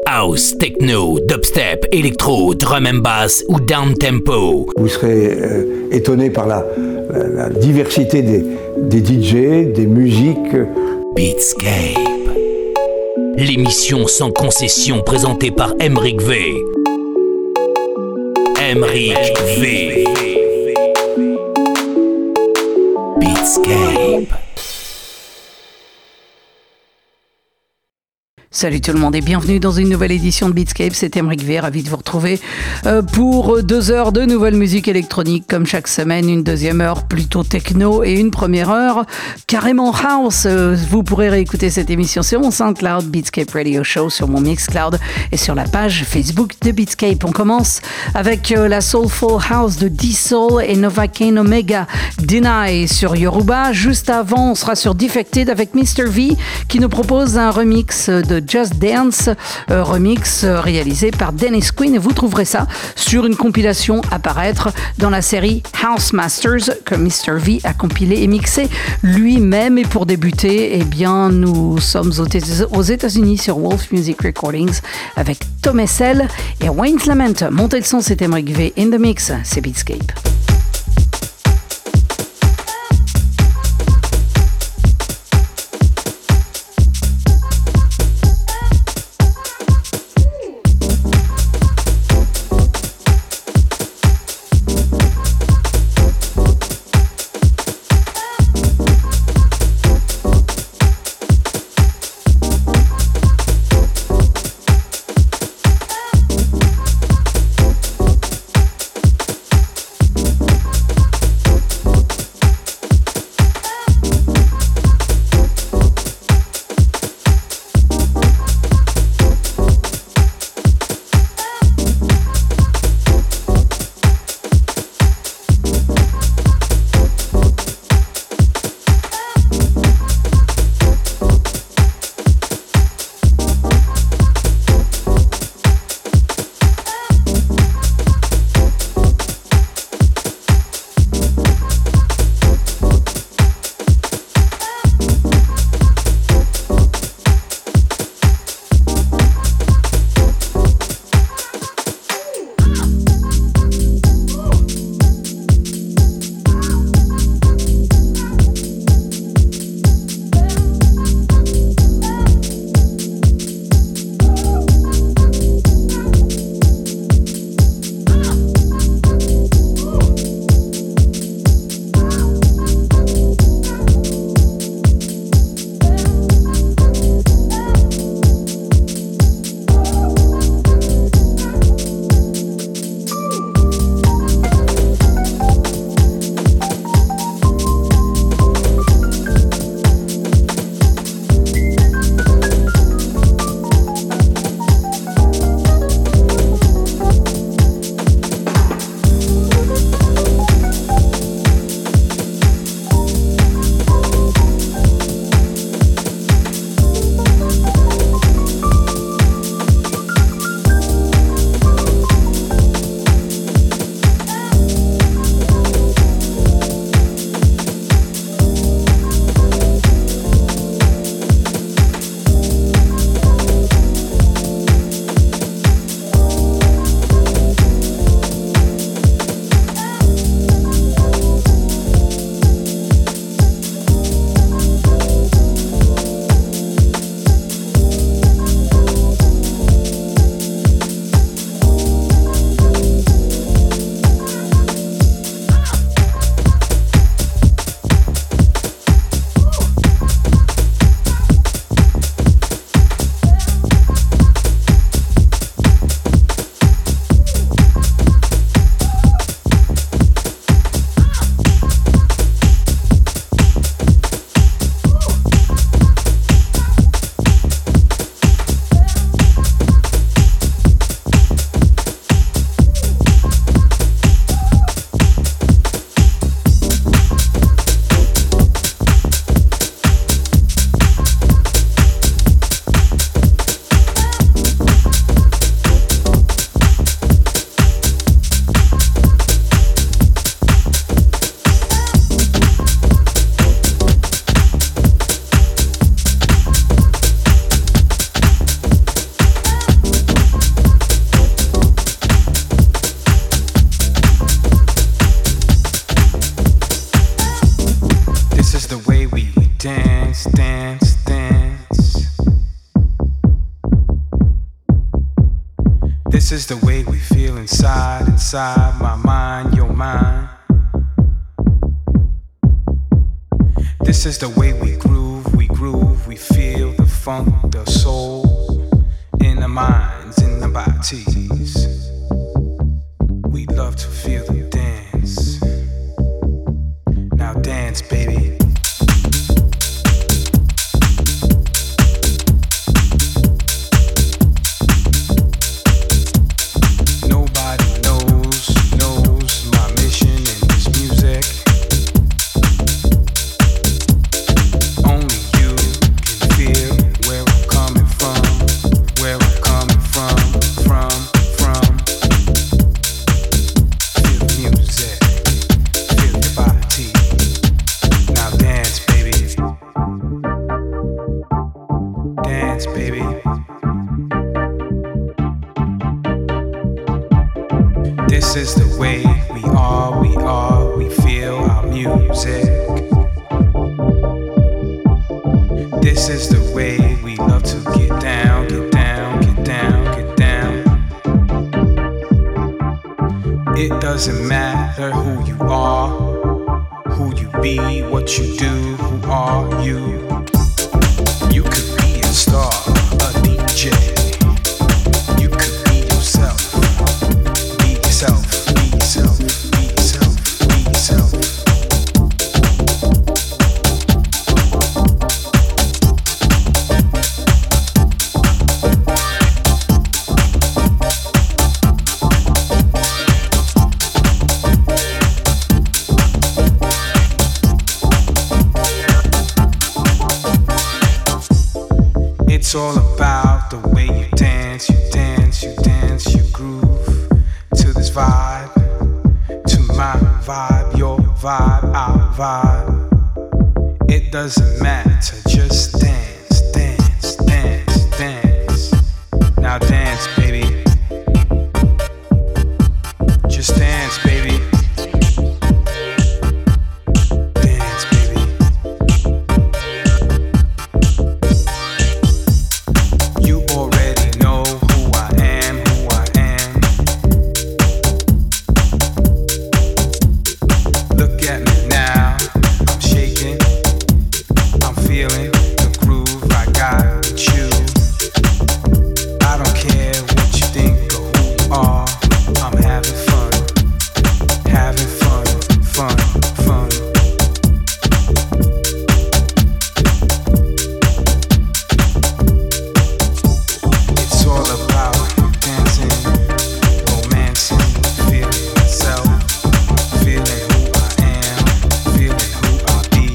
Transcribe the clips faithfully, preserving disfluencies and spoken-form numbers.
House, techno, dubstep, électro, drum and bass ou down tempo. Vous serez euh, étonné par la, la, la diversité des, des D J, des musiques. Beatscape. L'émission sans concession présentée par Emric V. Emric V. Beatscape. Salut tout le monde et bienvenue dans une nouvelle édition de Beatscape, c'est Emric V, ravi de vous retrouver euh, pour deux heures de nouvelle musique électronique comme chaque semaine, une deuxième heure plutôt techno et une première heure carrément house. Euh, vous pourrez réécouter cette émission sur mon SoundCloud, Beatscape Radio Show, sur mon Mixcloud et sur la page Facebook de Beatscape. On commence avec euh, la Soulful House de D-Soul et Novocaine Omega, Deny sur Yoruba. Juste avant, on sera sur Defected avec mister V qui nous propose un remix de Just Dance, euh, remix euh, réalisé par Dennis Quinn, et vous trouverez ça sur une compilation à paraître dans la série House Masters que mister V a compilé et mixé lui-même. Et pour débuter, eh bien, nous sommes aux États-Unis sur Wolf Music Recordings avec Tom Essel et Wayne's Lament. Montez le son, c'est Emric V in the mix, c'est Beatscape. This is the way we feel inside, inside my mind, your mind. This is the way we groove, we groove, we feel the funk, the soul, in the minds, in the bodies. We love to feel the dance. Now dance, baby. This is the way we are, we are, we feel our music. This is the way we love to get down, get down, get down, get down. It doesn't matter who you are, who you be, what you do, who are you. You could be a star, a D J. You could be yourself. Be yourself, be yourself, be yourself, be yourself. It's all about the way you dance, you dance, you dance, you groove to this vibe, to my vibe, your vibe, our vibe. It doesn't matter, just dance, dance, dance, dance. Now dance, baby. Just dance, baby. Dance, baby. You already know who I am, who I am. Look at me now, I'm shaking, I'm feeling the groove I got with you. I don't care what you think or who you are, I'm having fun, having fun, fun, fun. It's all about dancing, romancing, feeling myself, feeling who I am, feeling who I be.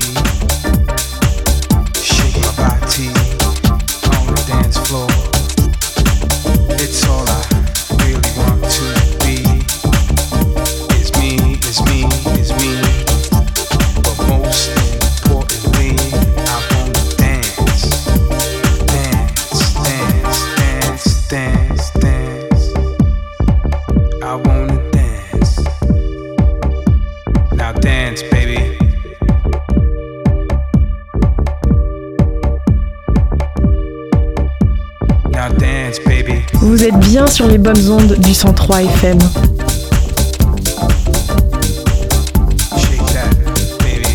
Shake my body on the dance floor. It's all I really want to be. It's me, it's me, it's me. But most importantly, I wanna dance, dance, dance, dance, dance, dance. I wanna dance. Now dance, baby. Now dance, baby. Vous êtes bien sur les bonnes ondes du cent trois F M. Shake that, baby.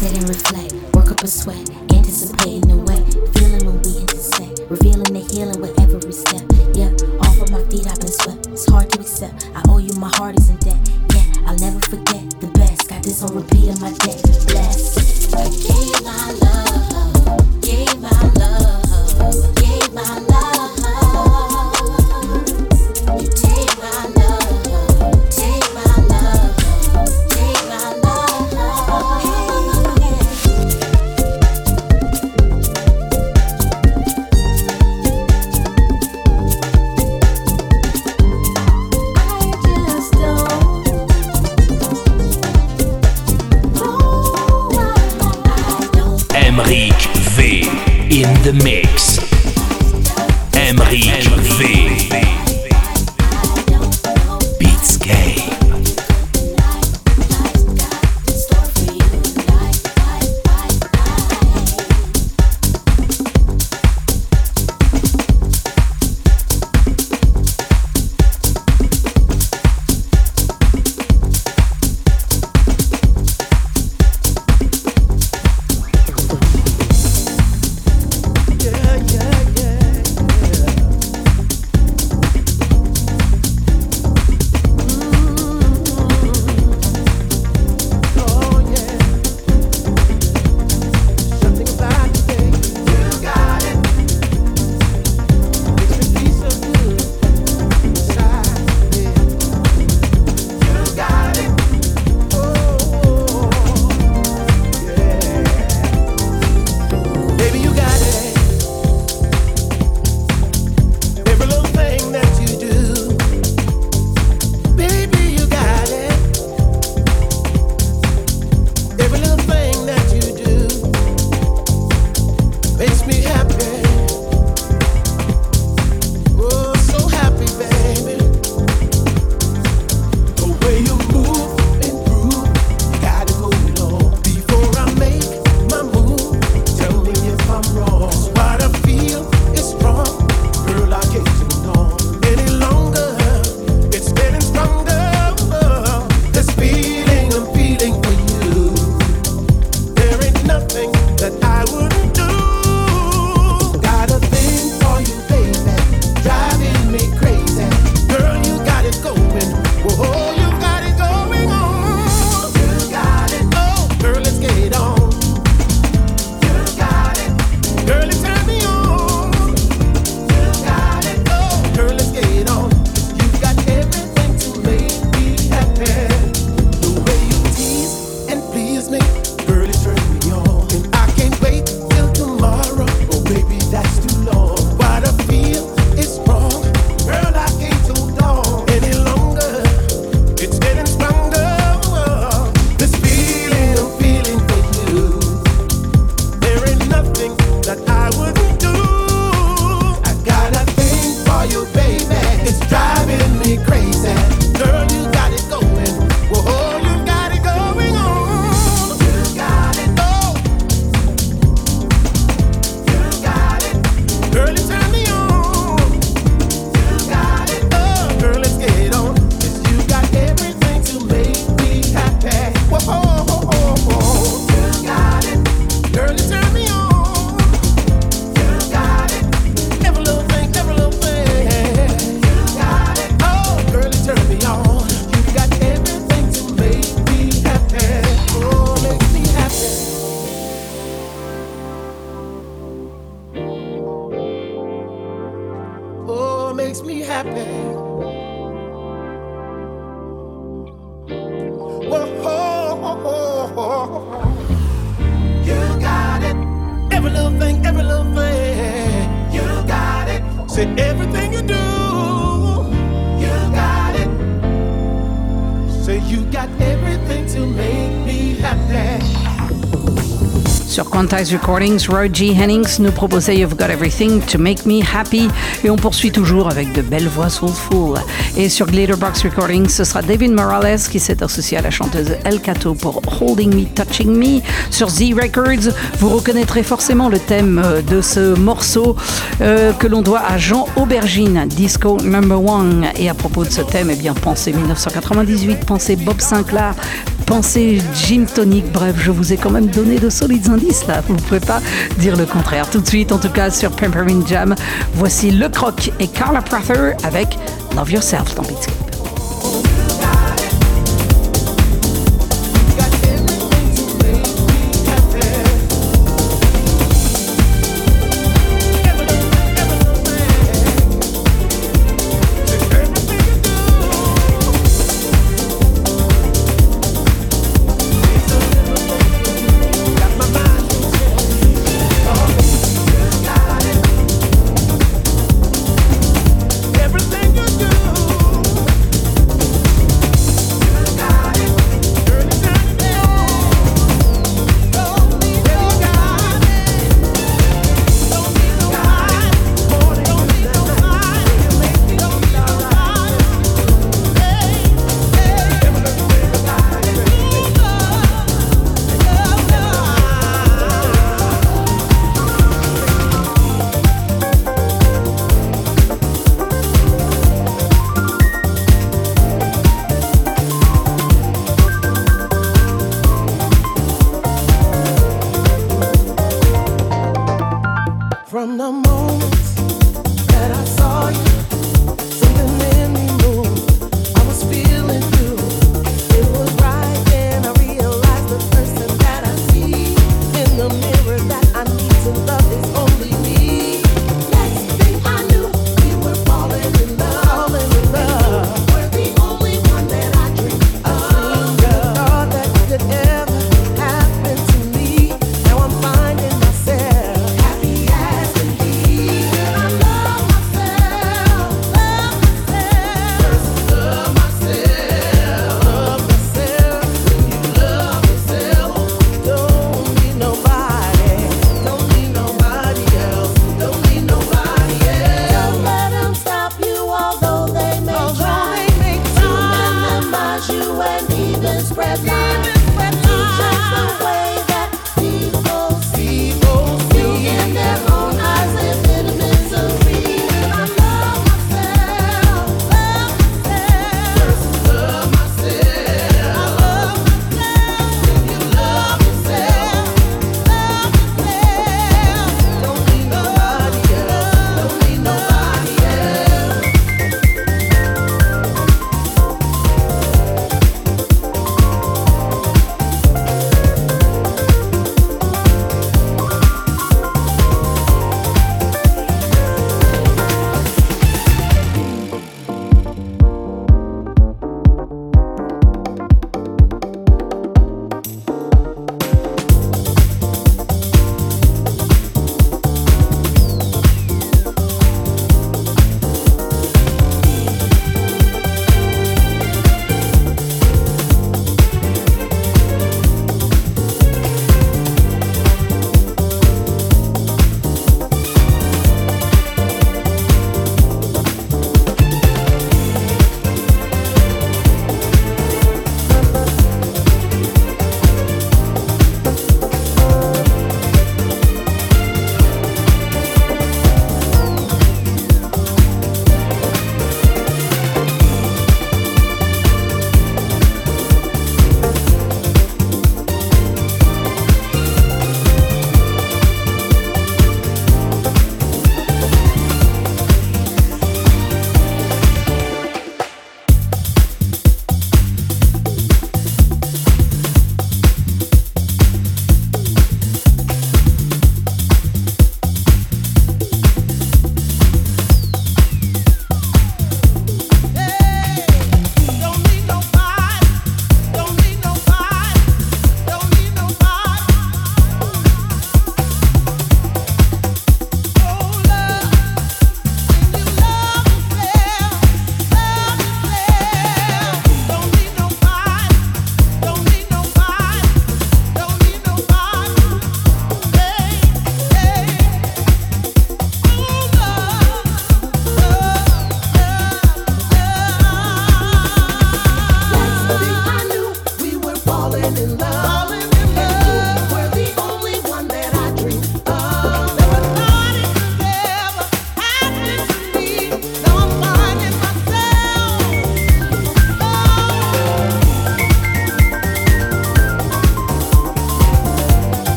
sit and reflect, work up a sweat, anticipating the way, feeling when we intersect, revealing the healing with every step. Yeah, off of my feet I've been swept. It's hard to accept. I owe you, my heart is in debt. Yeah, I'll never forget the best. Got this on repeat in my deck. Blessed. I gave my love, gave my love, gave my love. You take my love, take my love, take my love. I just don't know why I don't. Emric V in the mix. Emric V. Beatscape. Sur Quantize Recordings, Roy G. Hennings nous proposait You've Got Everything to Make Me Happy et on poursuit toujours avec de belles voix soulful. Et sur Glitterbox Recordings, ce sera David Morales qui s'est associé à la chanteuse El Cato pour Holding Me, Touching Me. Sur Z Records, vous reconnaîtrez forcément le thème de ce morceau euh, que l'on doit à Jean Aubergine, Disco Number One. Et à propos de ce thème, eh bien, pensez dix-neuf cent quatre-vingt-dix-huit, pensez Bob Sinclair, pensez gin tonic. Bref, je vous ai quand même donné de solides indices là. Vous ne pouvez pas dire le contraire. Tout de suite, en tout cas, sur Peppermint Jam, voici Le Croc et Carla Prather avec Love Yourself dans Beatscape. Everything you do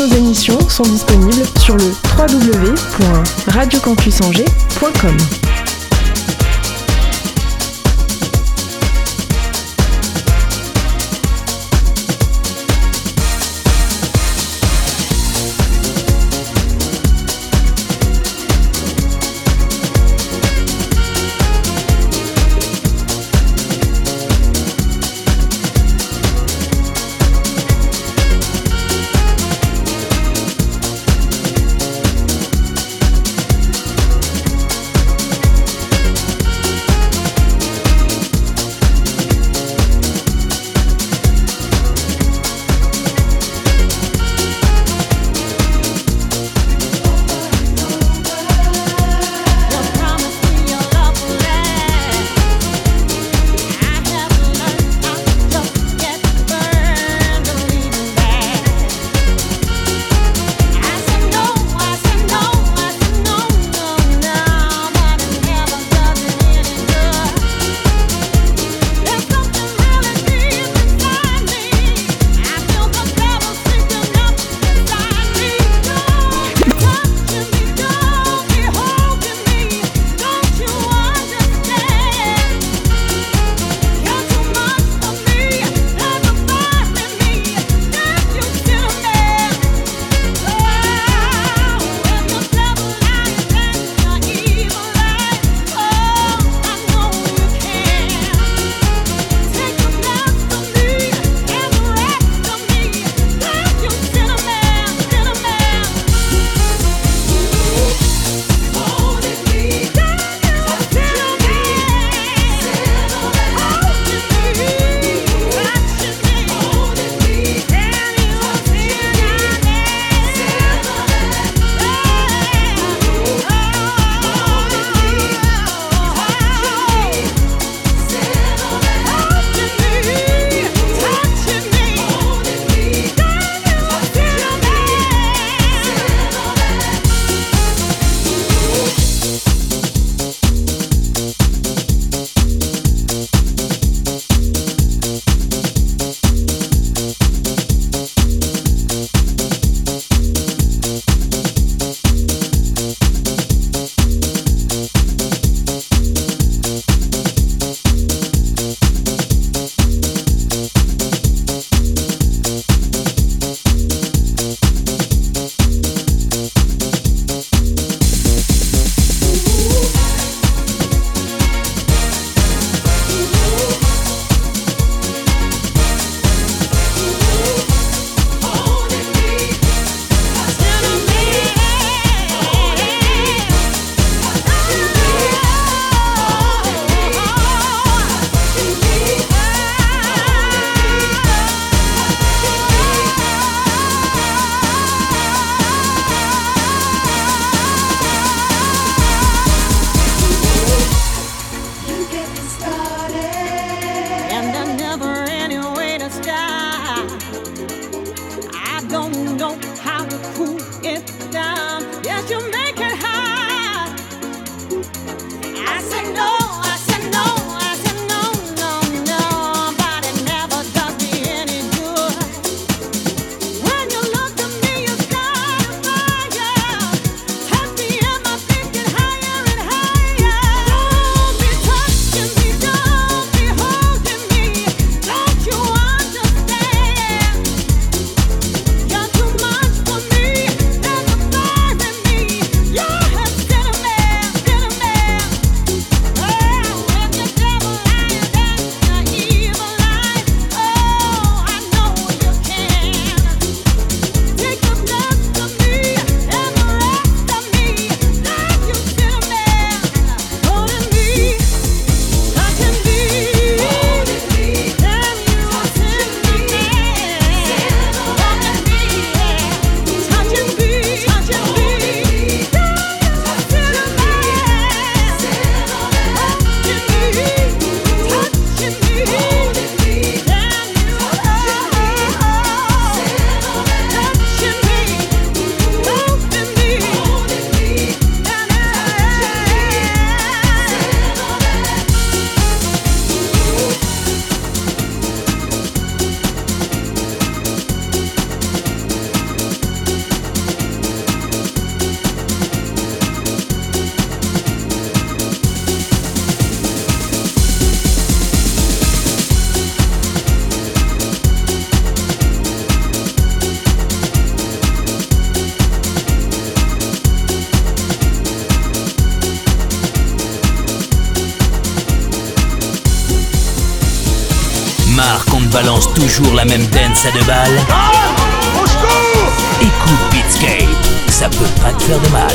nos émissions sont disponibles sur le w w w point radio campus angers point com. marre qu'on te balance toujours la même dance à deux balles? Écoute Beatscape, ça peut pas te faire de mal.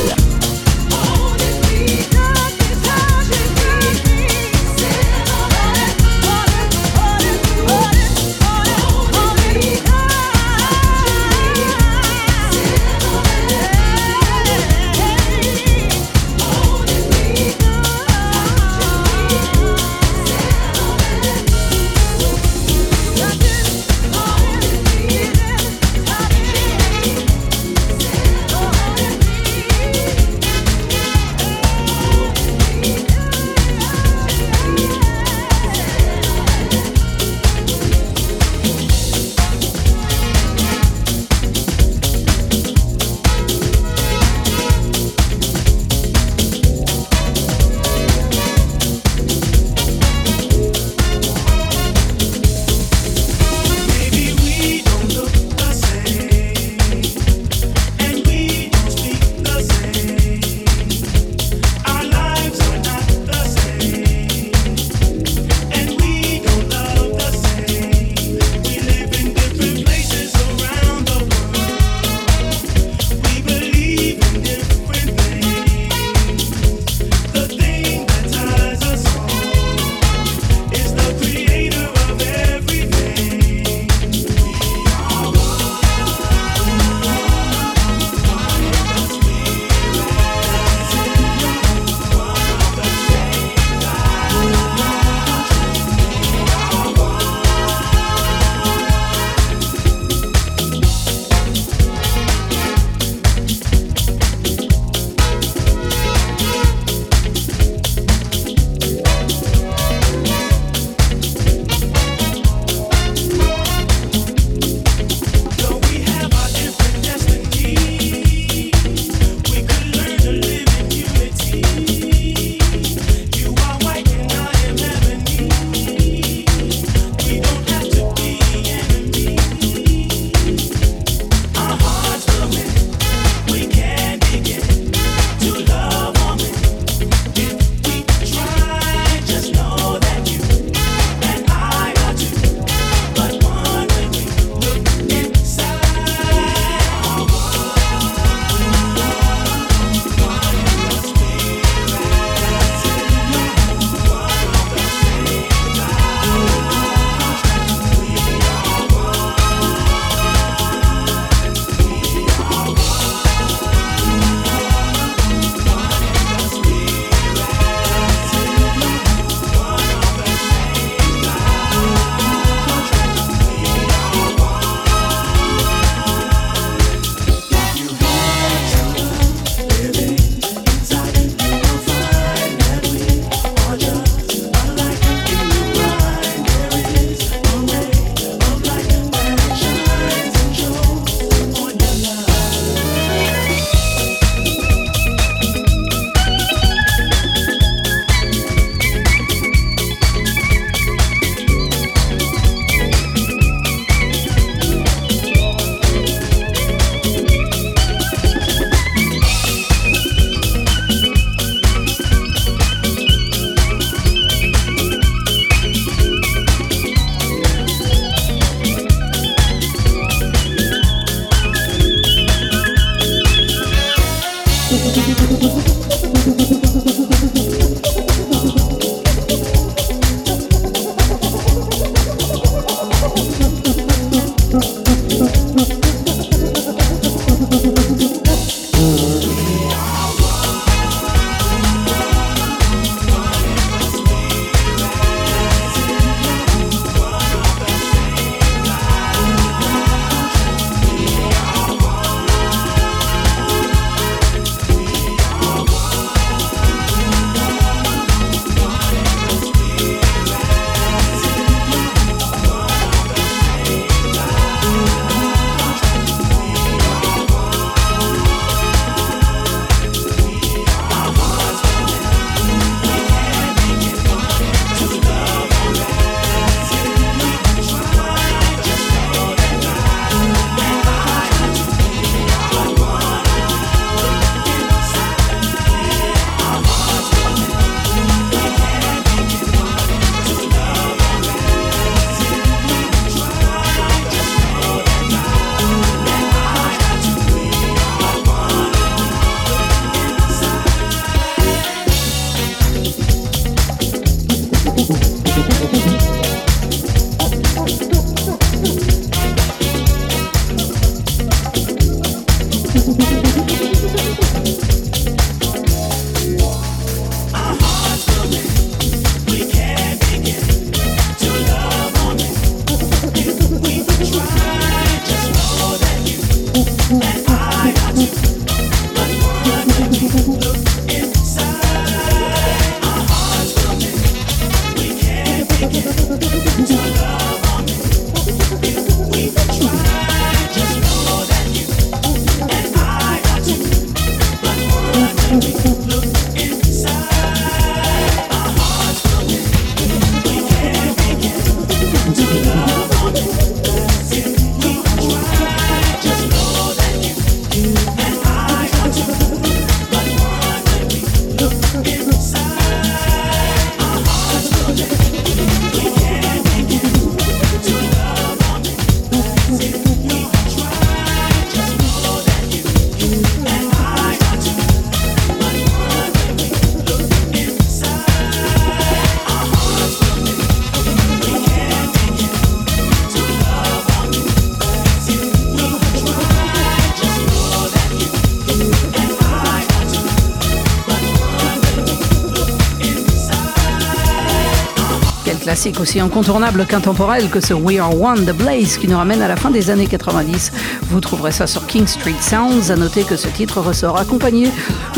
Classique aussi incontournable qu'intemporel que ce We Are One de Blaze qui nous ramène à la fin des années quatre-vingt-dix. Vous trouverez ça sur King Street Sounds. À noter que ce titre ressort accompagné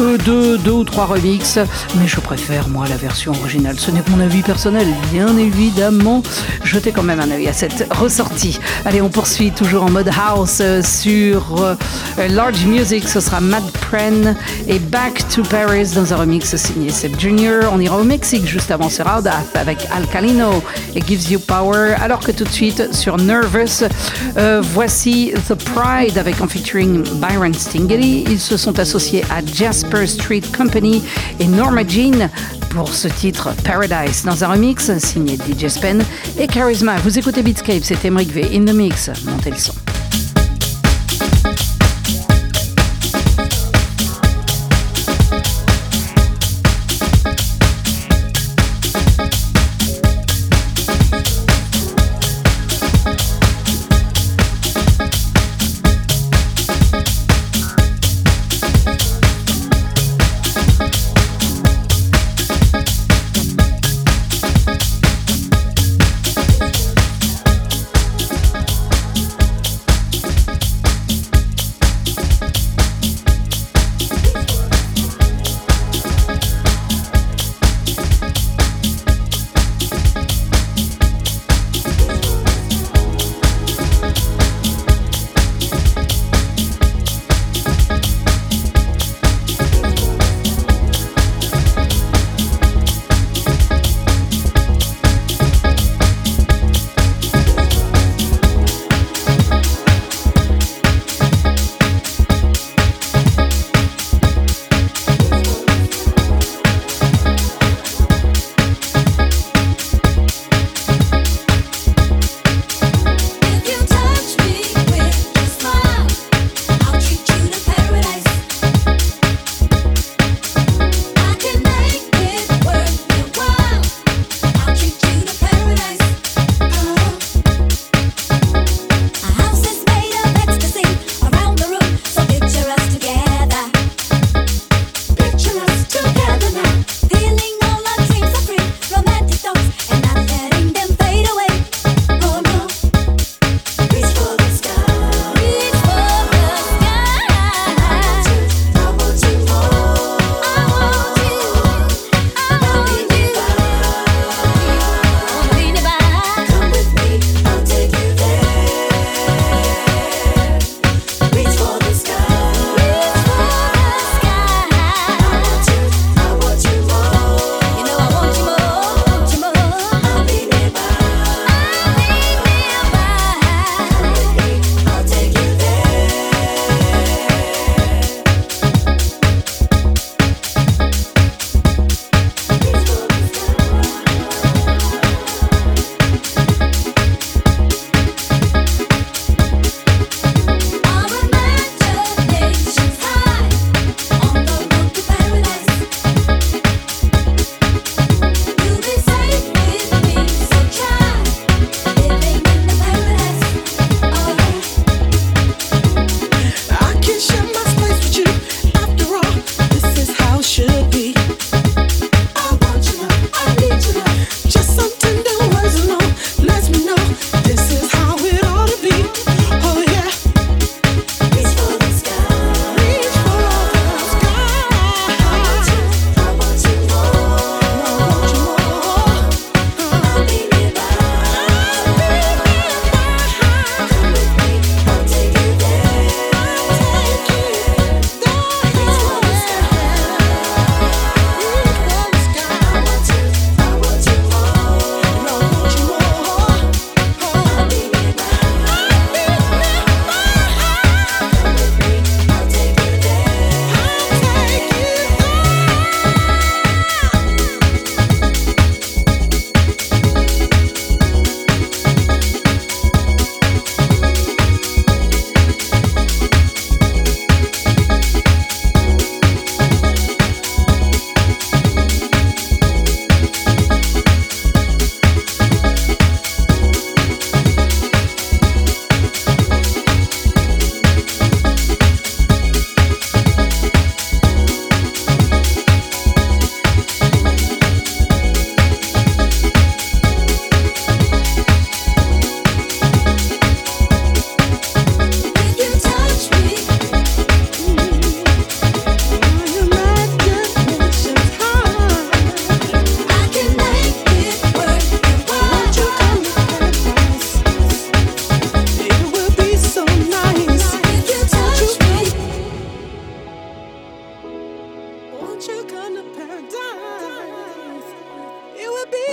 de deux ou trois remixes, mais je préfère moi la version originale. Ce n'est que mon avis personnel, bien évidemment. Jetez quand même un œil à cette ressortie. Allez, on poursuit toujours en mode house sur euh, Large Music. Ce sera Mad Pren et Back to Paris dans un remix signé Seb Junior. On ira au Mexique juste avant ce Raudath avec Alcalino et Gives You Power, alors que tout de suite sur Nervous, euh, voici The Pride avec en featuring Byron Stingeli. Ils se sont associés à Jasper Street Company et Norma Jean pour ce titre Paradise dans un remix signé D J Spen et Charisma. Vous écoutez Beatscape, c'est Emric V in the mix. Montez le son.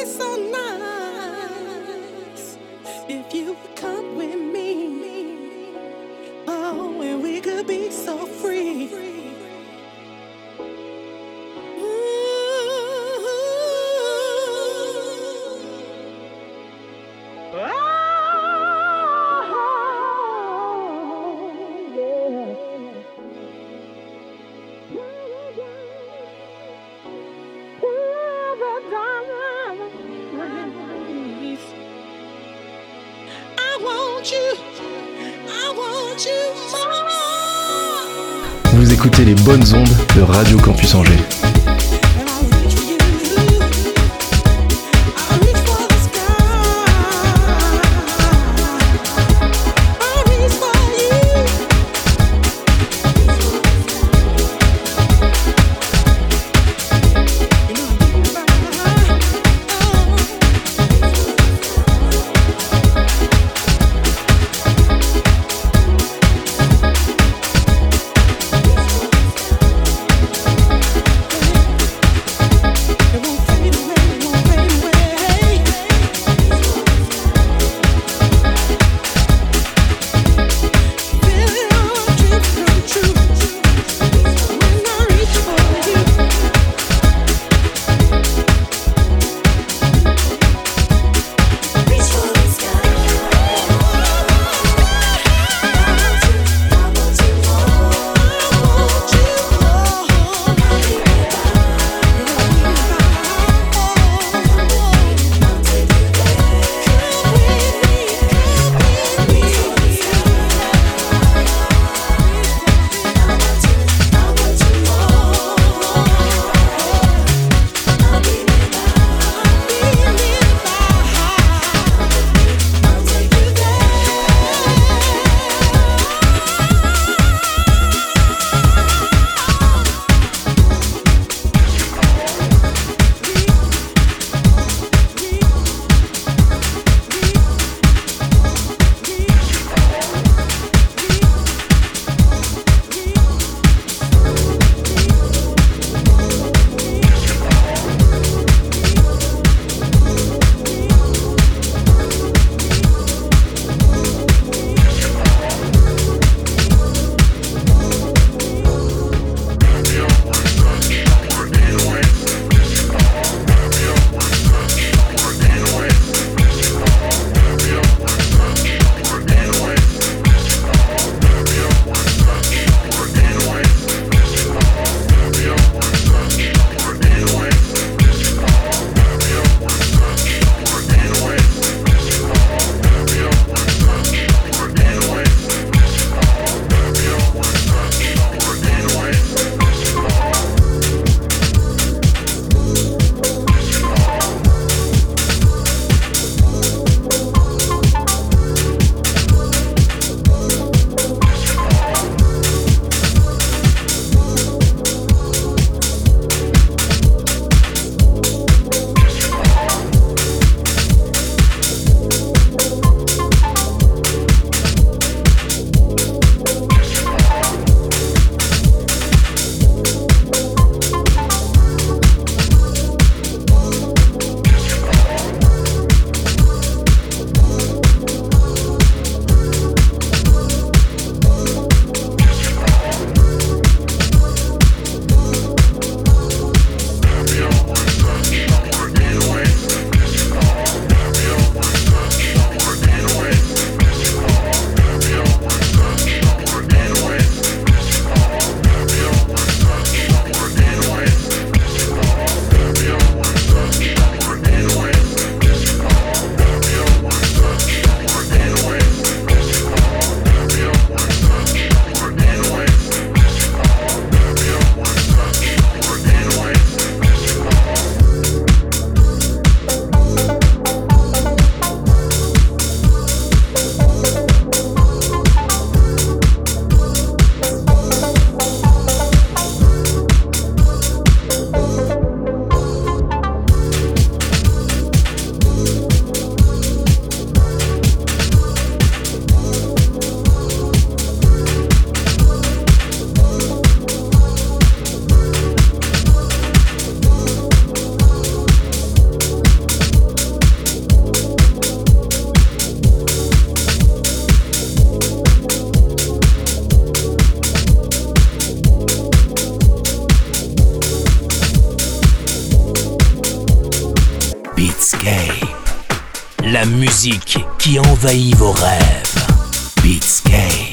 so nice if you would come with me. Oh, and we could be so free. Vous écoutez les bonnes ondes de Radio Campus Angers. la musique qui envahit vos rêves. Beatscape.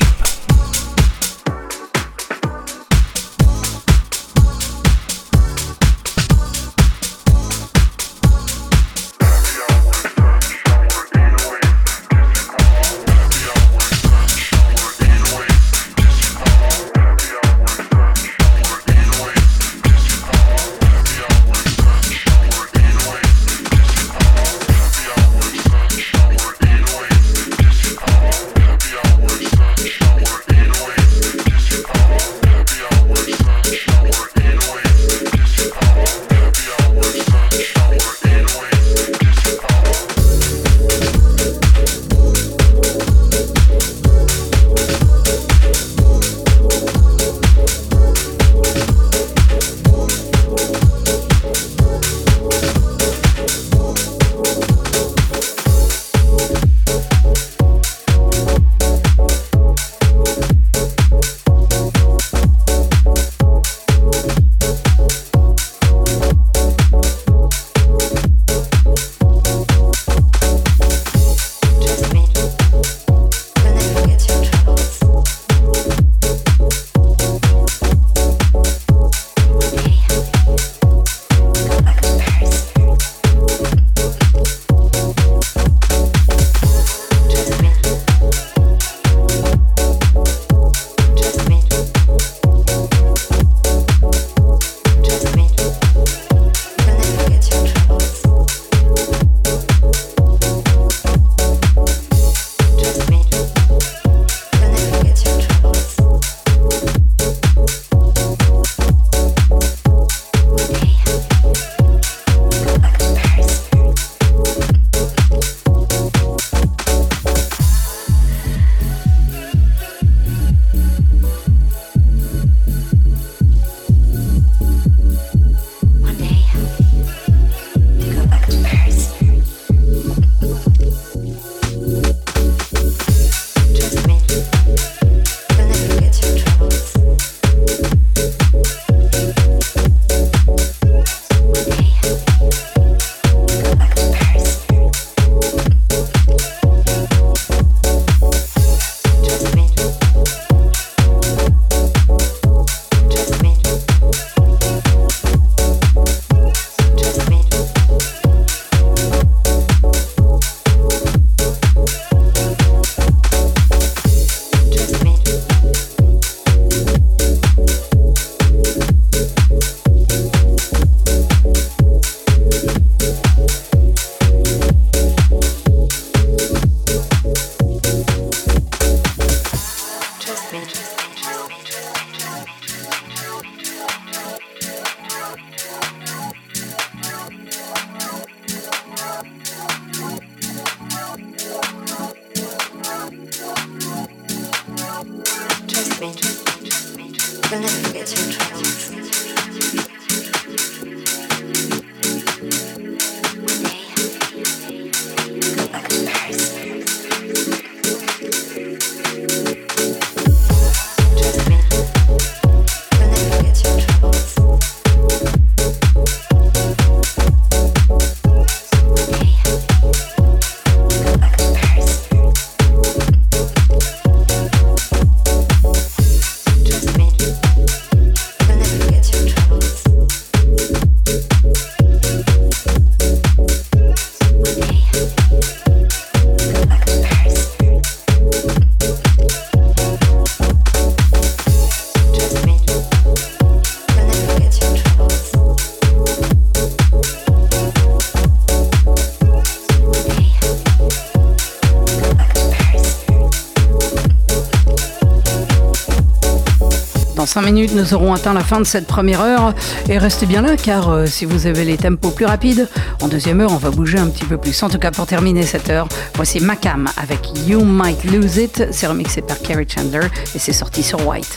Dans cinq minutes, nous aurons atteint la fin de cette première heure. Et restez bien là, car euh, si vous avez les tempos plus rapides, en deuxième heure, on va bouger un petit peu plus. En tout cas, pour terminer cette heure, voici Macam avec You Might Lose It. C'est remixé par Kerry Chandler et c'est sorti sur White.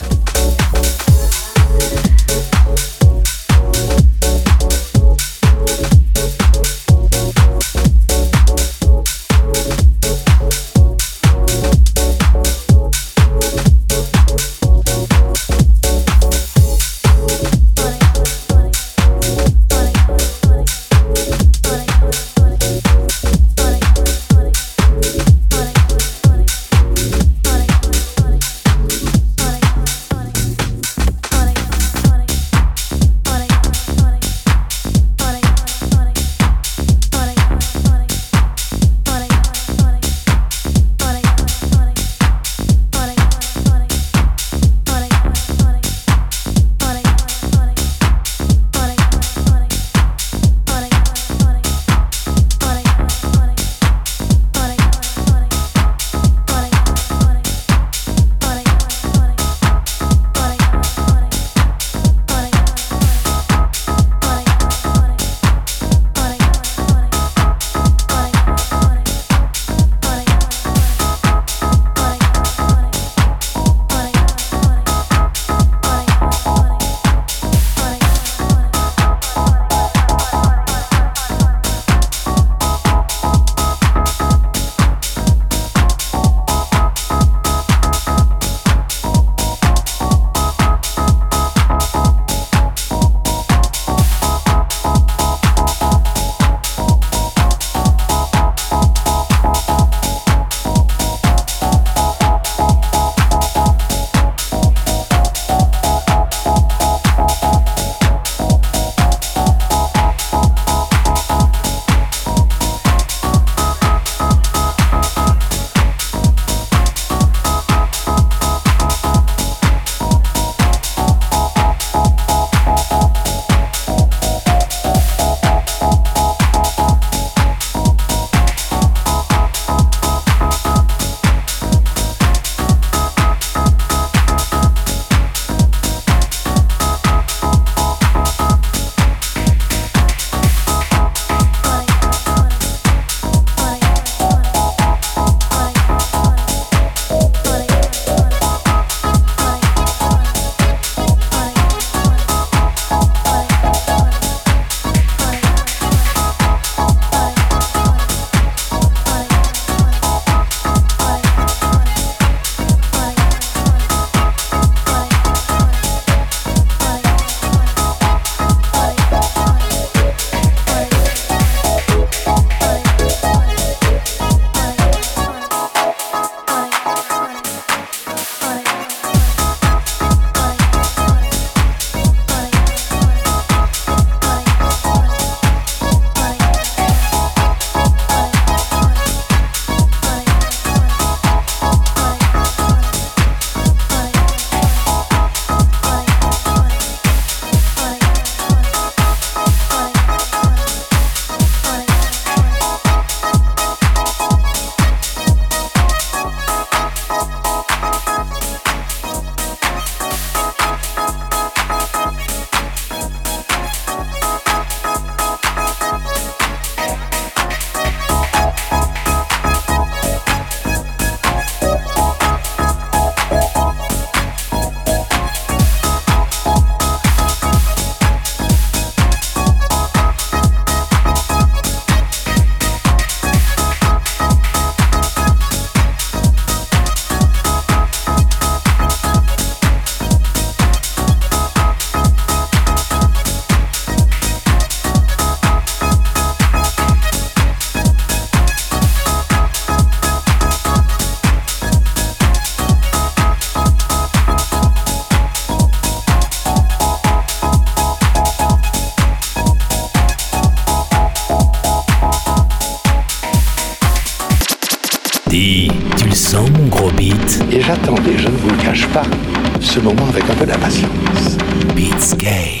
Dis, tu le sens mon gros beat? Et j'attendais, je ne vous le cache pas, ce moment avec un peu d'impatience. Beatscape.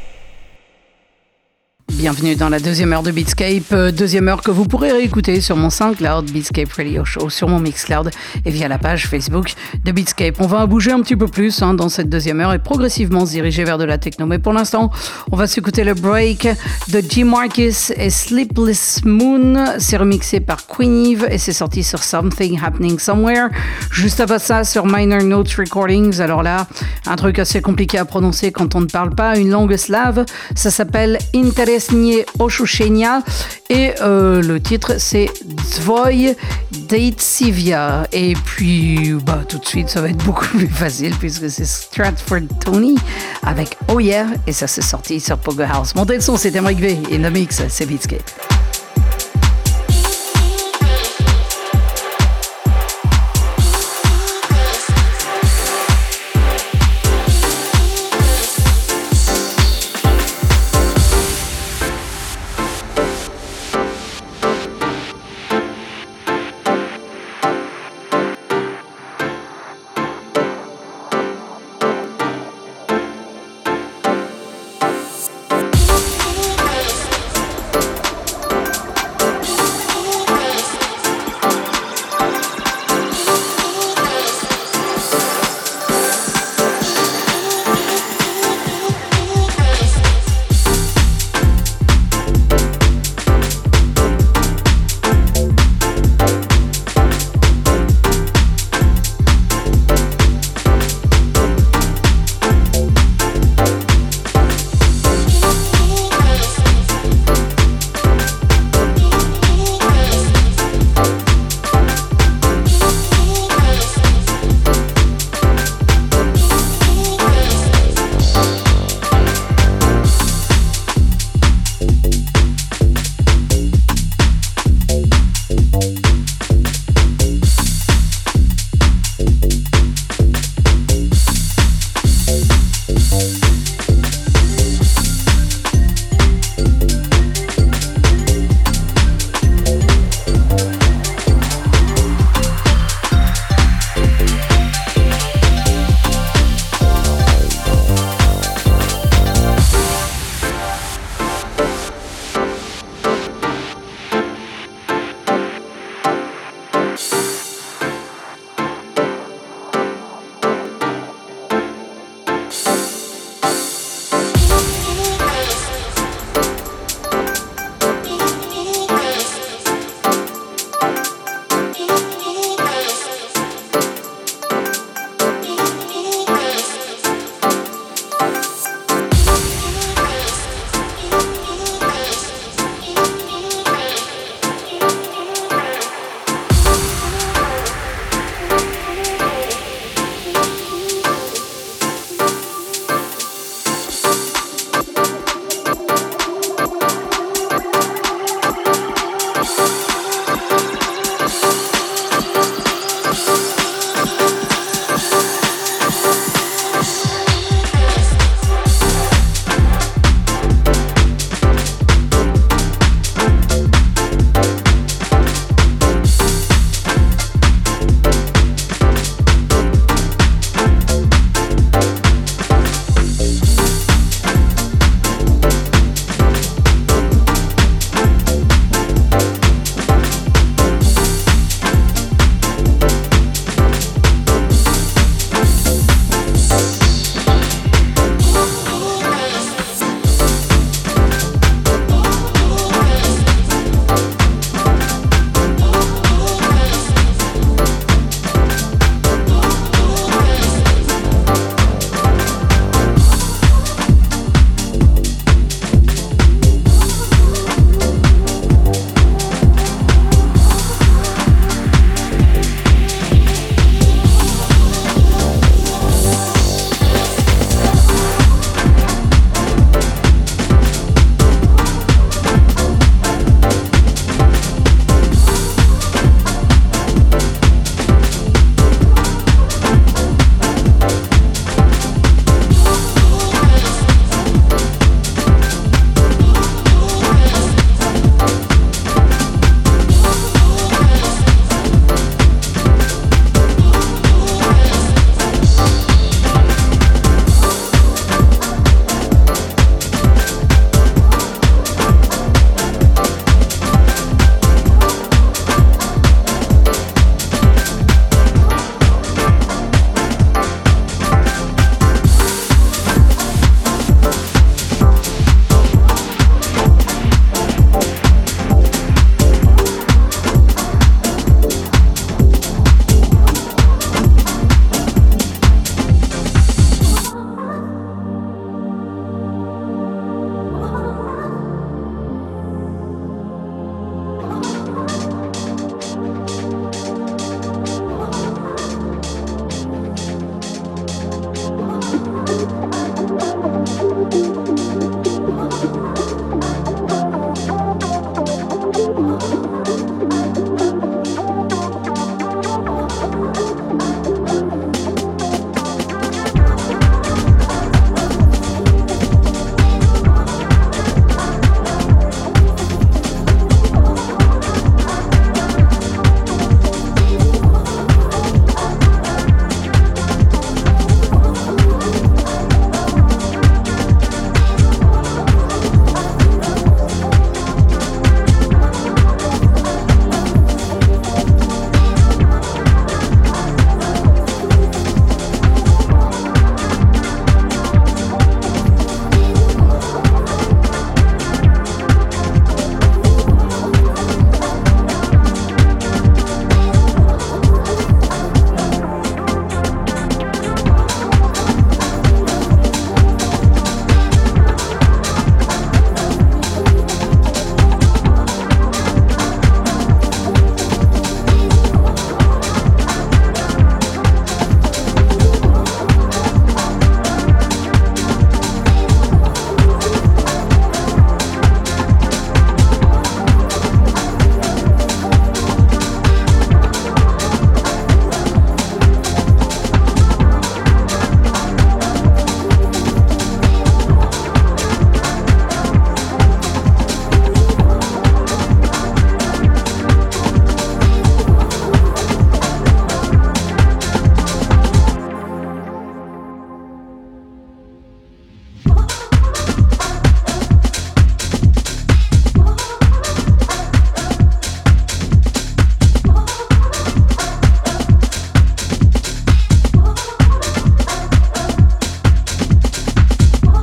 Bienvenue dans la deuxième heure de Beatscape, deuxième heure que vous pourrez réécouter sur mon SoundCloud Beatscape Radio Show, sur mon Mixcloud et via la page Facebook de Beatscape. On va bouger un petit peu plus hein, dans cette deuxième heure et progressivement se diriger vers de la techno. Mais pour l'instant, on va s'écouter le break de G. Marcus et Sleepless Moon. C'est remixé par Queen Eve et c'est sorti sur Something Happening Somewhere. Juste avant ça, sur Minor Notes Recordings. Alors là, un truc assez compliqué à prononcer quand on ne parle pas une langue slave. Ça s'appelle Interes Oshushenia et euh, le titre c'est Dvoy Deitsivia. Et puis bah, tout de suite ça va être beaucoup plus facile puisque c'est Stratford Tony avec Oh Yeah et ça s'est sorti sur Pogo House. Montez le son, c'est Emric V et le mix c'est Beatscape.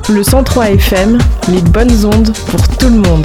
Le cent trois F M, les bonnes ondes pour tout le monde.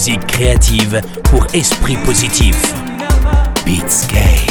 musique créative pour esprit positif. Beatscape.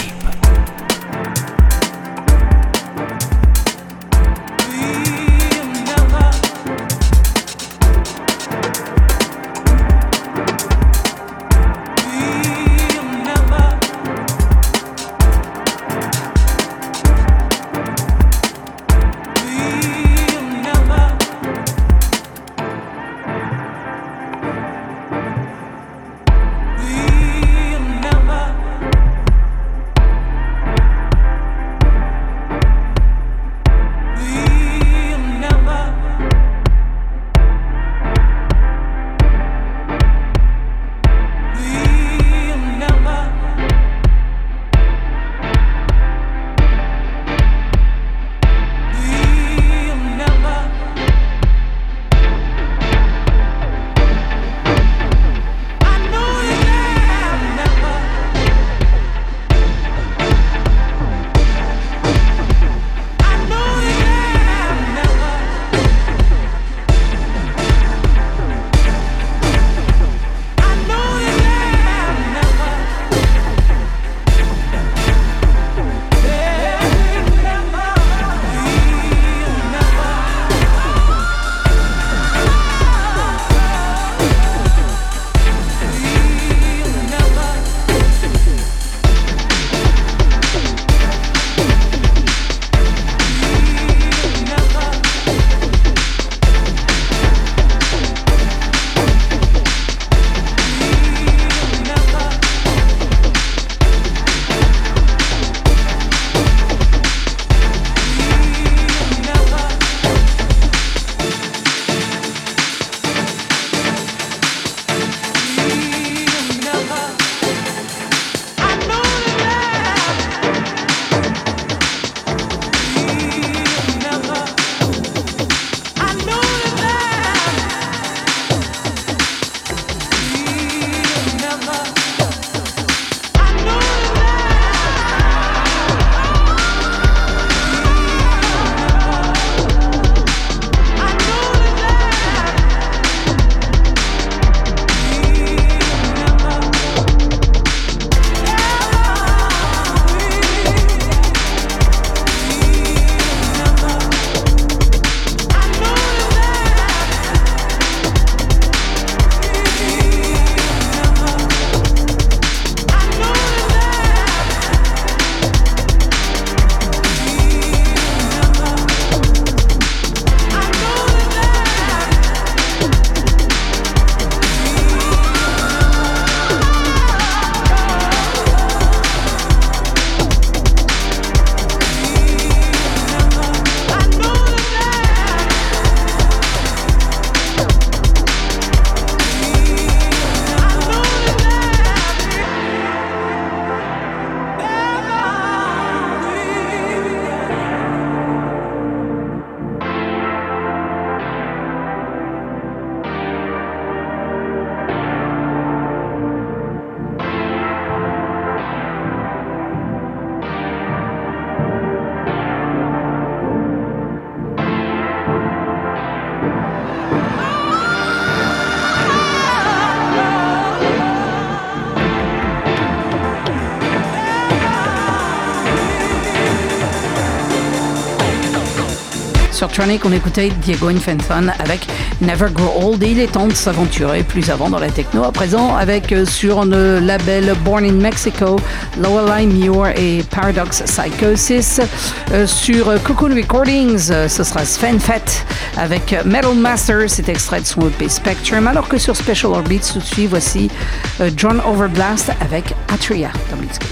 Sur Tronic, on écoutait Diego Infantón avec Never Grow Old et il est temps de s'aventurer plus avant dans la techno. À présent, avec euh, sur le label Born in Mexico, Lowell Muir et Paradox Psychosis. Euh, sur Cocoon Recordings, euh, ce sera Sven Fett avec Metal Master, c'est extrait de son E P Spectrum. Alors que sur Special Orbits, tout de suite, voici euh, John Overblast avec Atria dans Beatscape.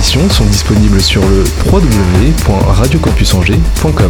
émissions sont disponibles sur le w w w point radio campus angers point com.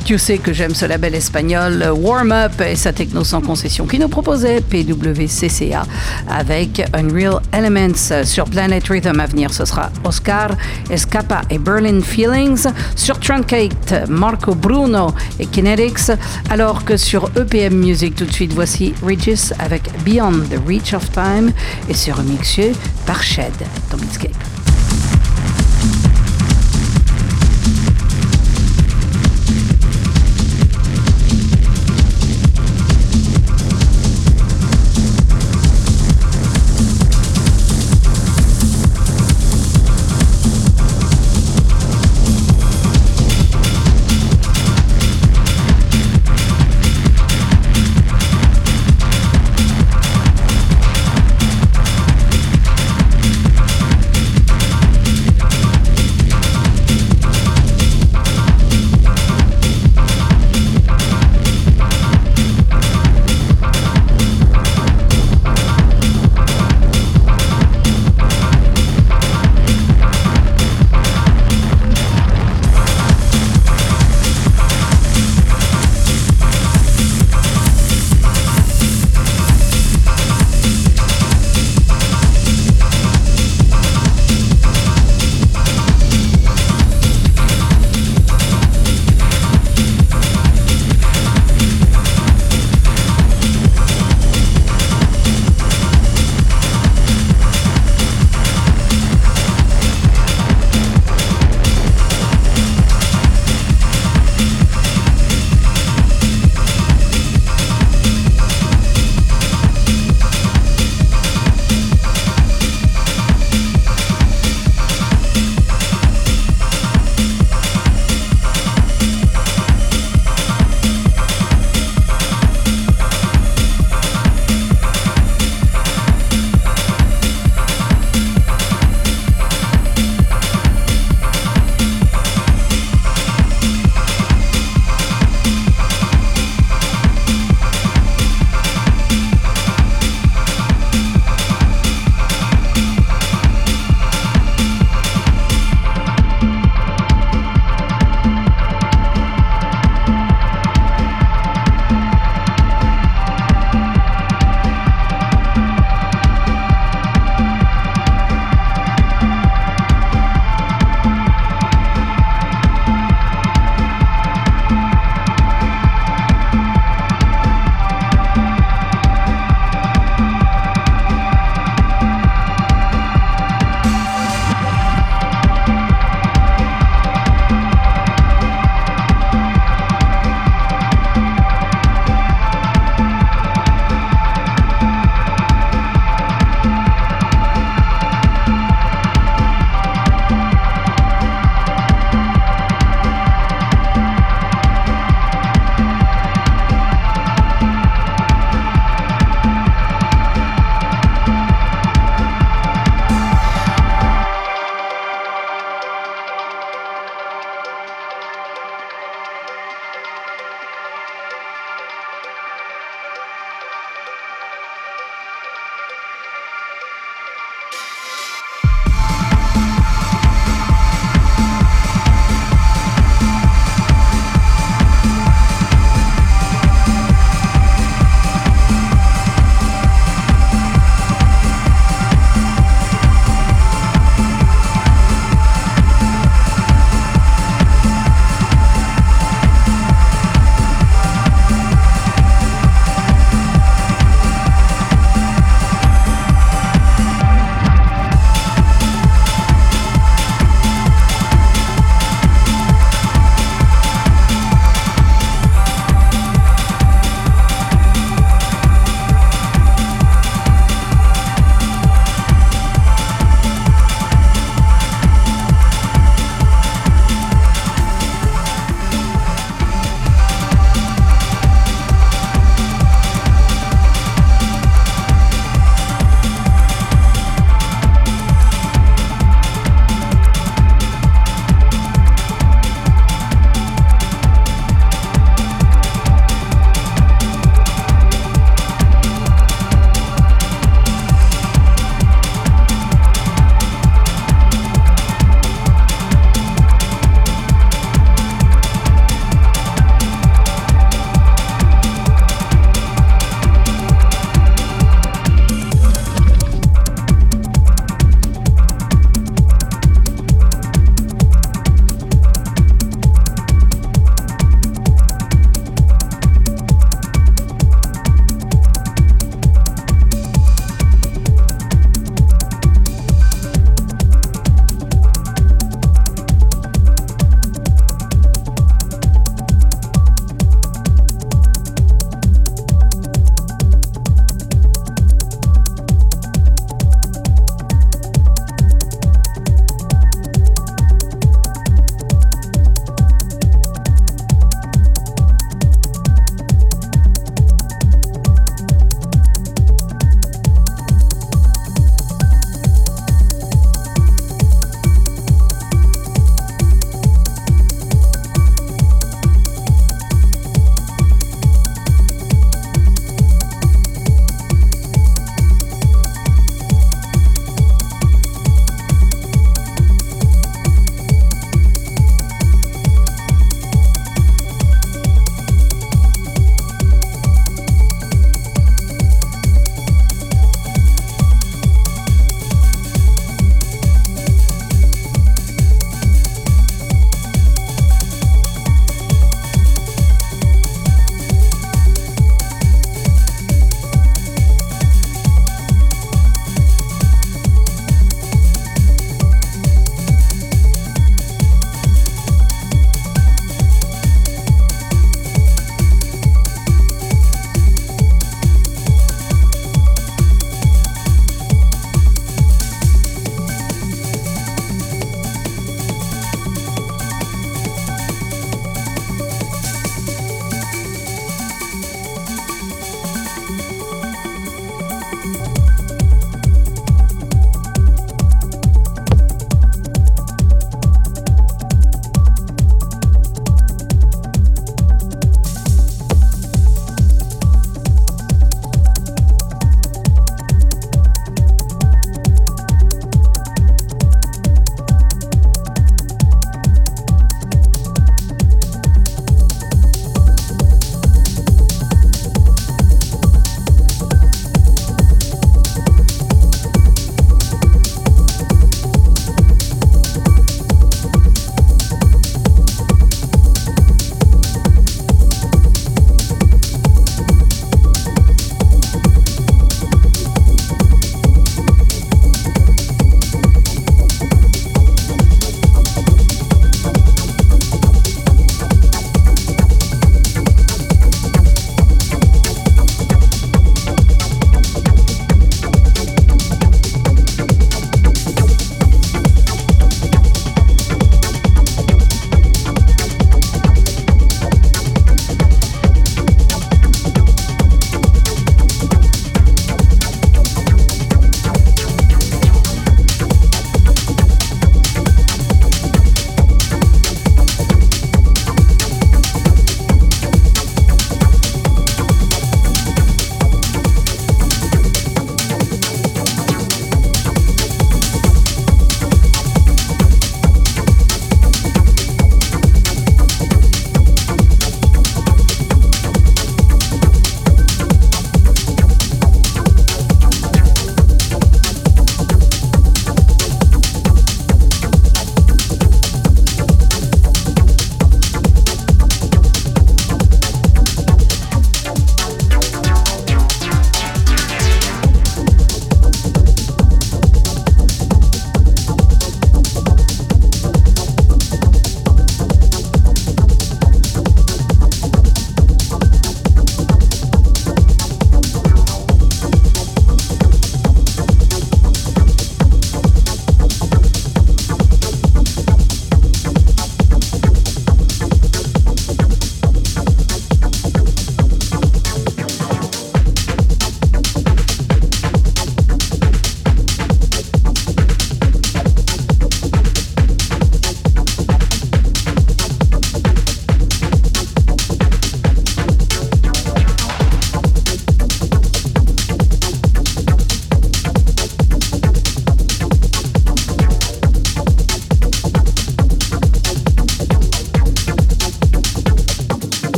Tu sais que j'aime ce label espagnol Warm Up et sa techno sans concession qui nous proposait P W C C A avec Unreal Elements. Sur Planet Rhythm à venir, ce sera Oscar Escapa et Berlin Feelings. Sur Truncate, Marco Bruno et Kinetics. Alors que sur E P M Music, tout de suite, voici Regis avec Beyond the Reach of Time et c'est remixé par Shed dans Beatscape.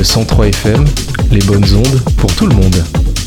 cent trois F M, les bonnes ondes pour tout le monde.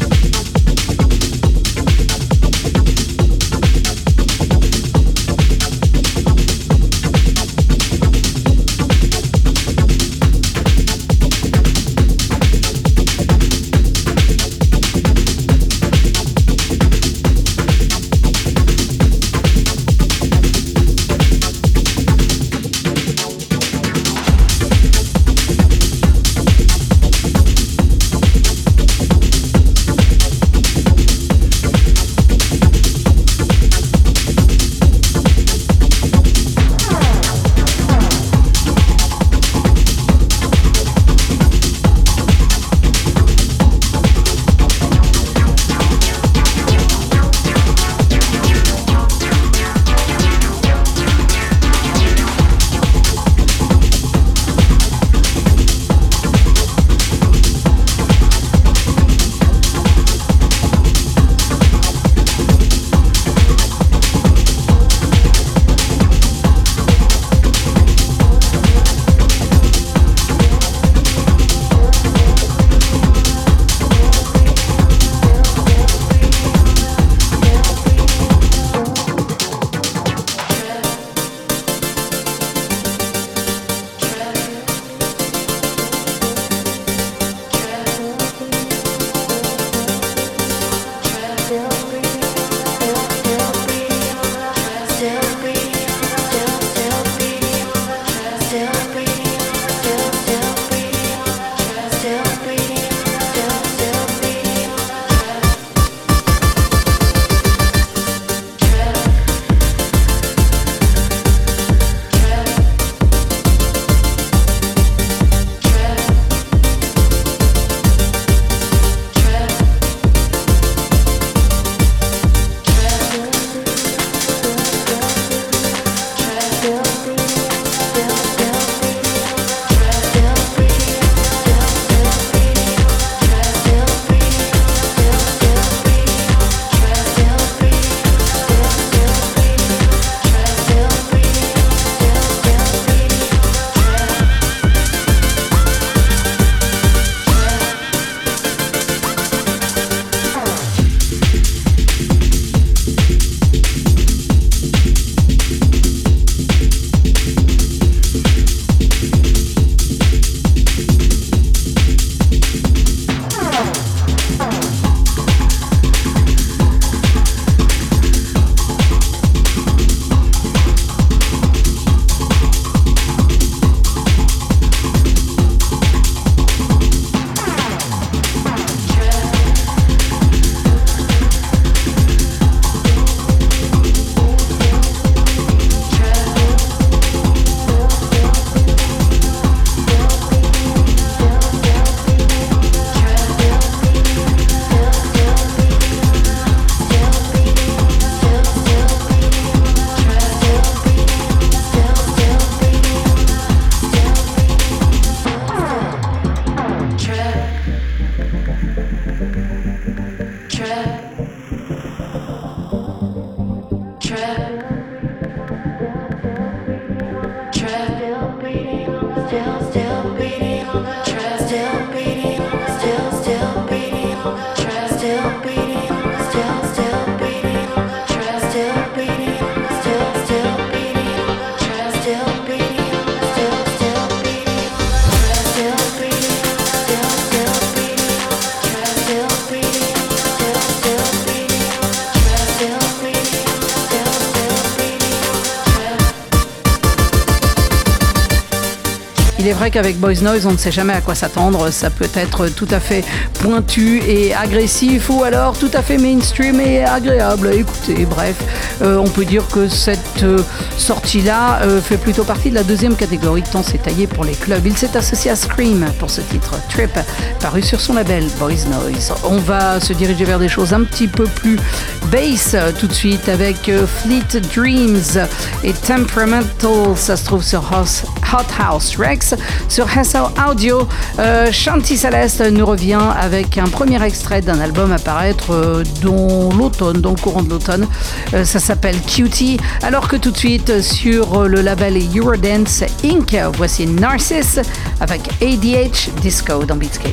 Il est vrai qu'avec Boys Noise, on ne sait jamais à quoi s'attendre. Ça peut être tout à fait pointu et agressif ou alors tout à fait mainstream et agréable à écouter. Bref, euh, on peut dire que cette euh, sortie-là euh, fait plutôt partie de la deuxième catégorie, tant c'est taillé pour les clubs. Il s'est associé à Scream pour ce titre, Trip, paru sur son label Boys Noise. On va se diriger vers des choses un petit peu plus bass tout de suite avec euh, Fleet Dreams et Temperamental. Ça se trouve sur House, Hot House Rex. sur Hassel Audio. Euh, Shanti Celeste nous revient avec un premier extrait d'un album à paraître euh, dans l'automne, dans le courant de l'automne. Euh, ça s'appelle Cutie. Alors que tout de suite sur le label Eurodance Incorporated, voici Narcisse avec A D H Disco dans Beatscape.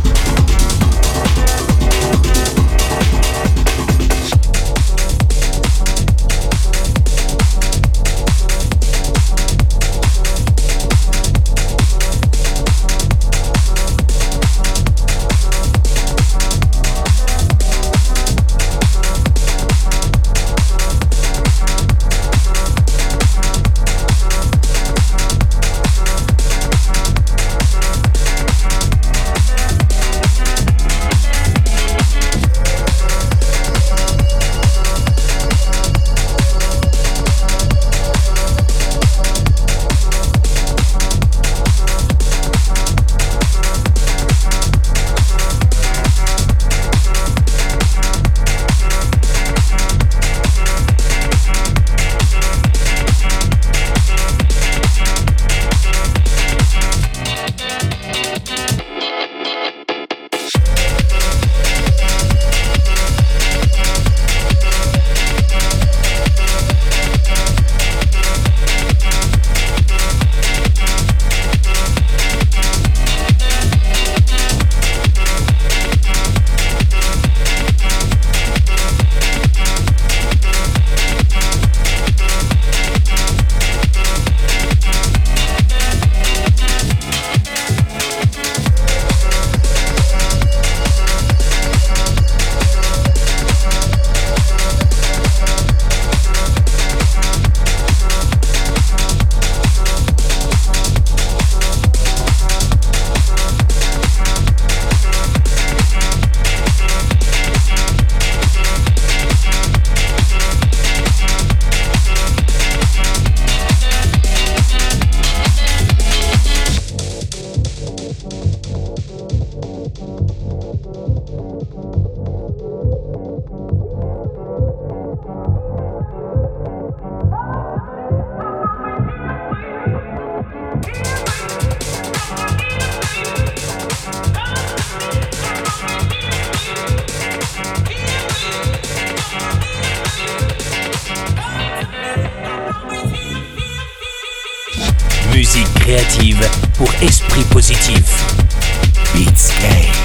Musique créative pour esprit positif. Beatscape.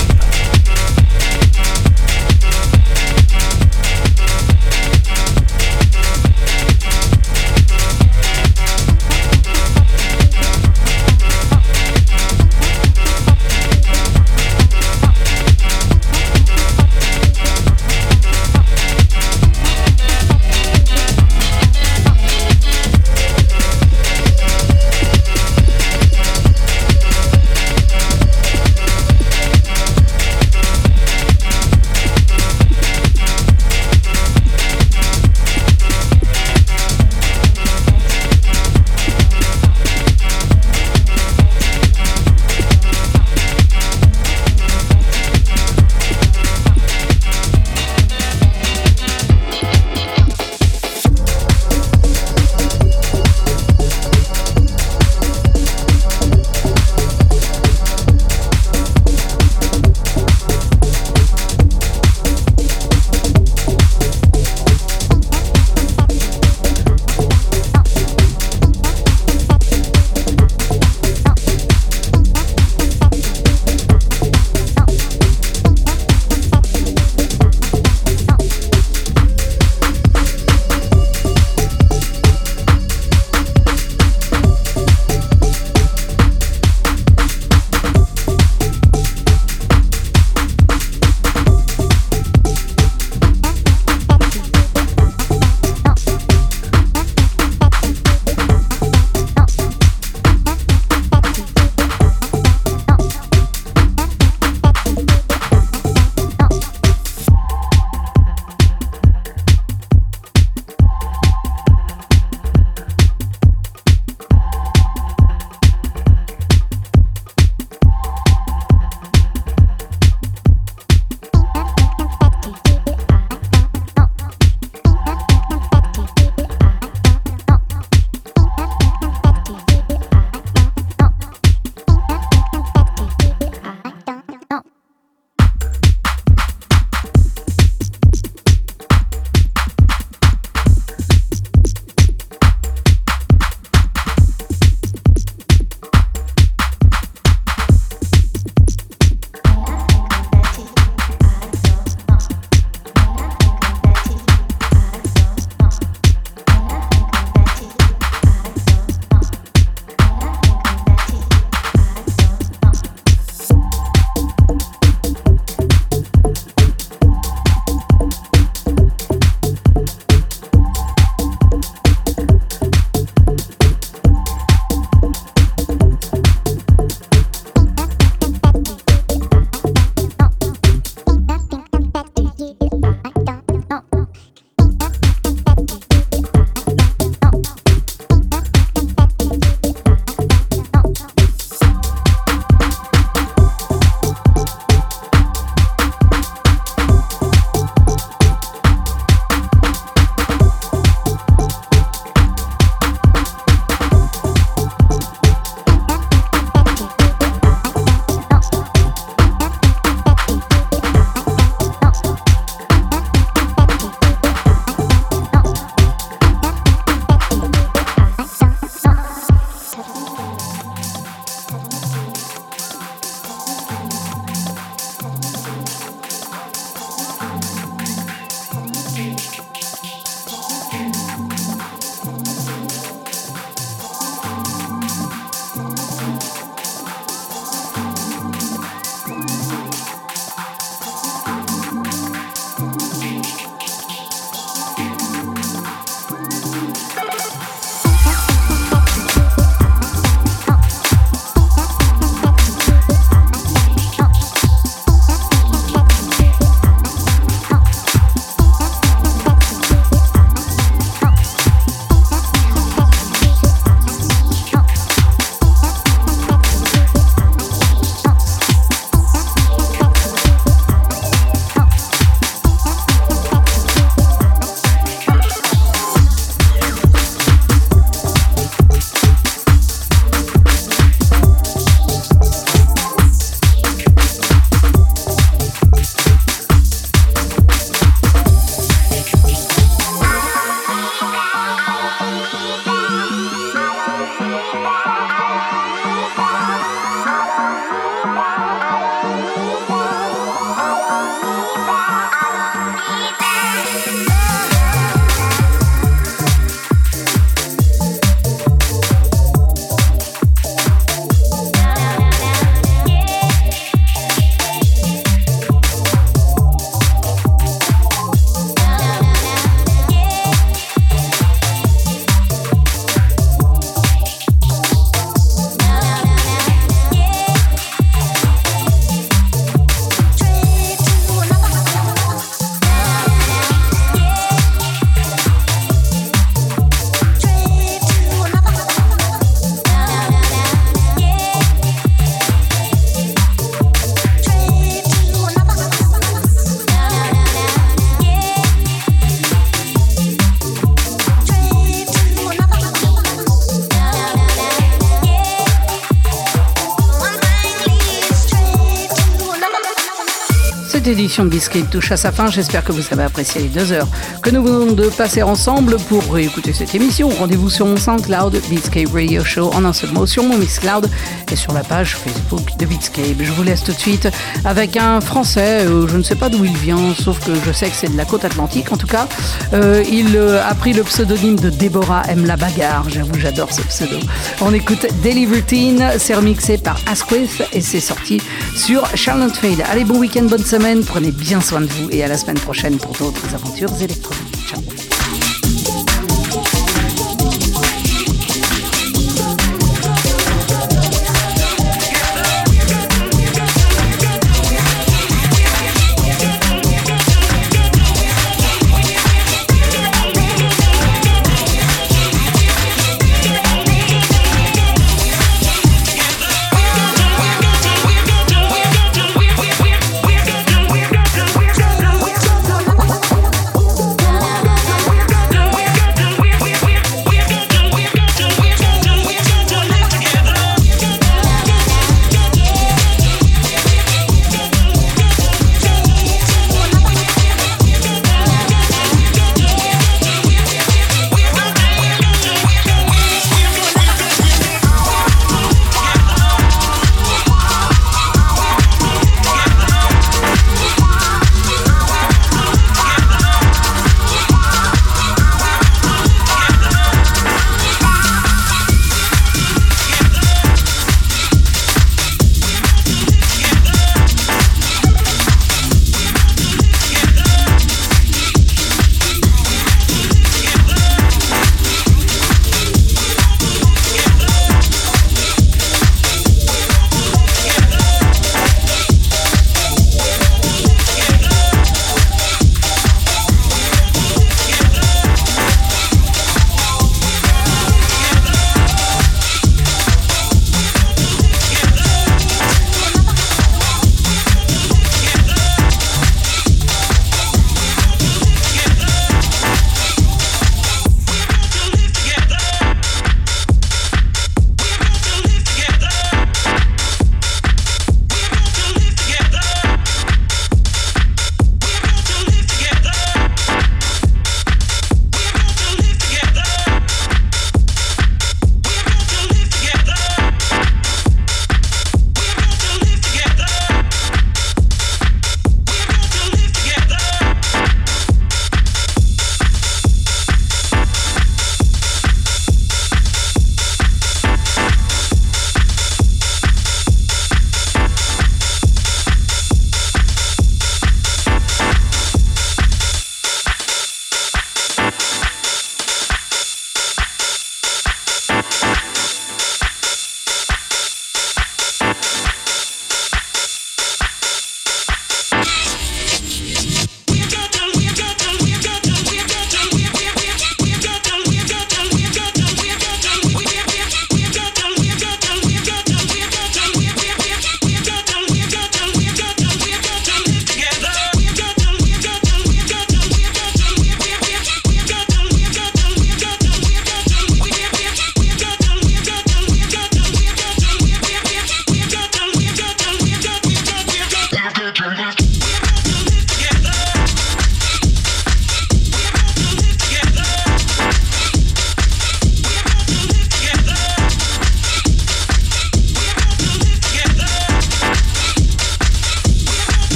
cette édition de Beatscape touche à sa fin. J'espère que vous avez apprécié les deux heures que nous venons de passer ensemble. Pour réécouter cette émission, rendez-vous sur mon SoundCloud, Beatscape Radio Show, en un seul mot, sur mon Mixcloud et sur la page Facebook de Beatscape. Je vous laisse tout de suite avec un Français, euh, je ne sais pas d'où il vient, sauf que je sais que c'est de la côte atlantique. En tout cas, euh, il euh, a pris le pseudonyme de Déborah aime la bagarre. J'avoue, j'adore ce pseudo. On écoute Daily Routine, c'est remixé par Asquith et c'est sorti sur Charlotte Fade. Allez, bon week-end, bonne semaine, prenez bien soin de vous et à la semaine prochaine pour d'autres aventures électroniques. Ciao.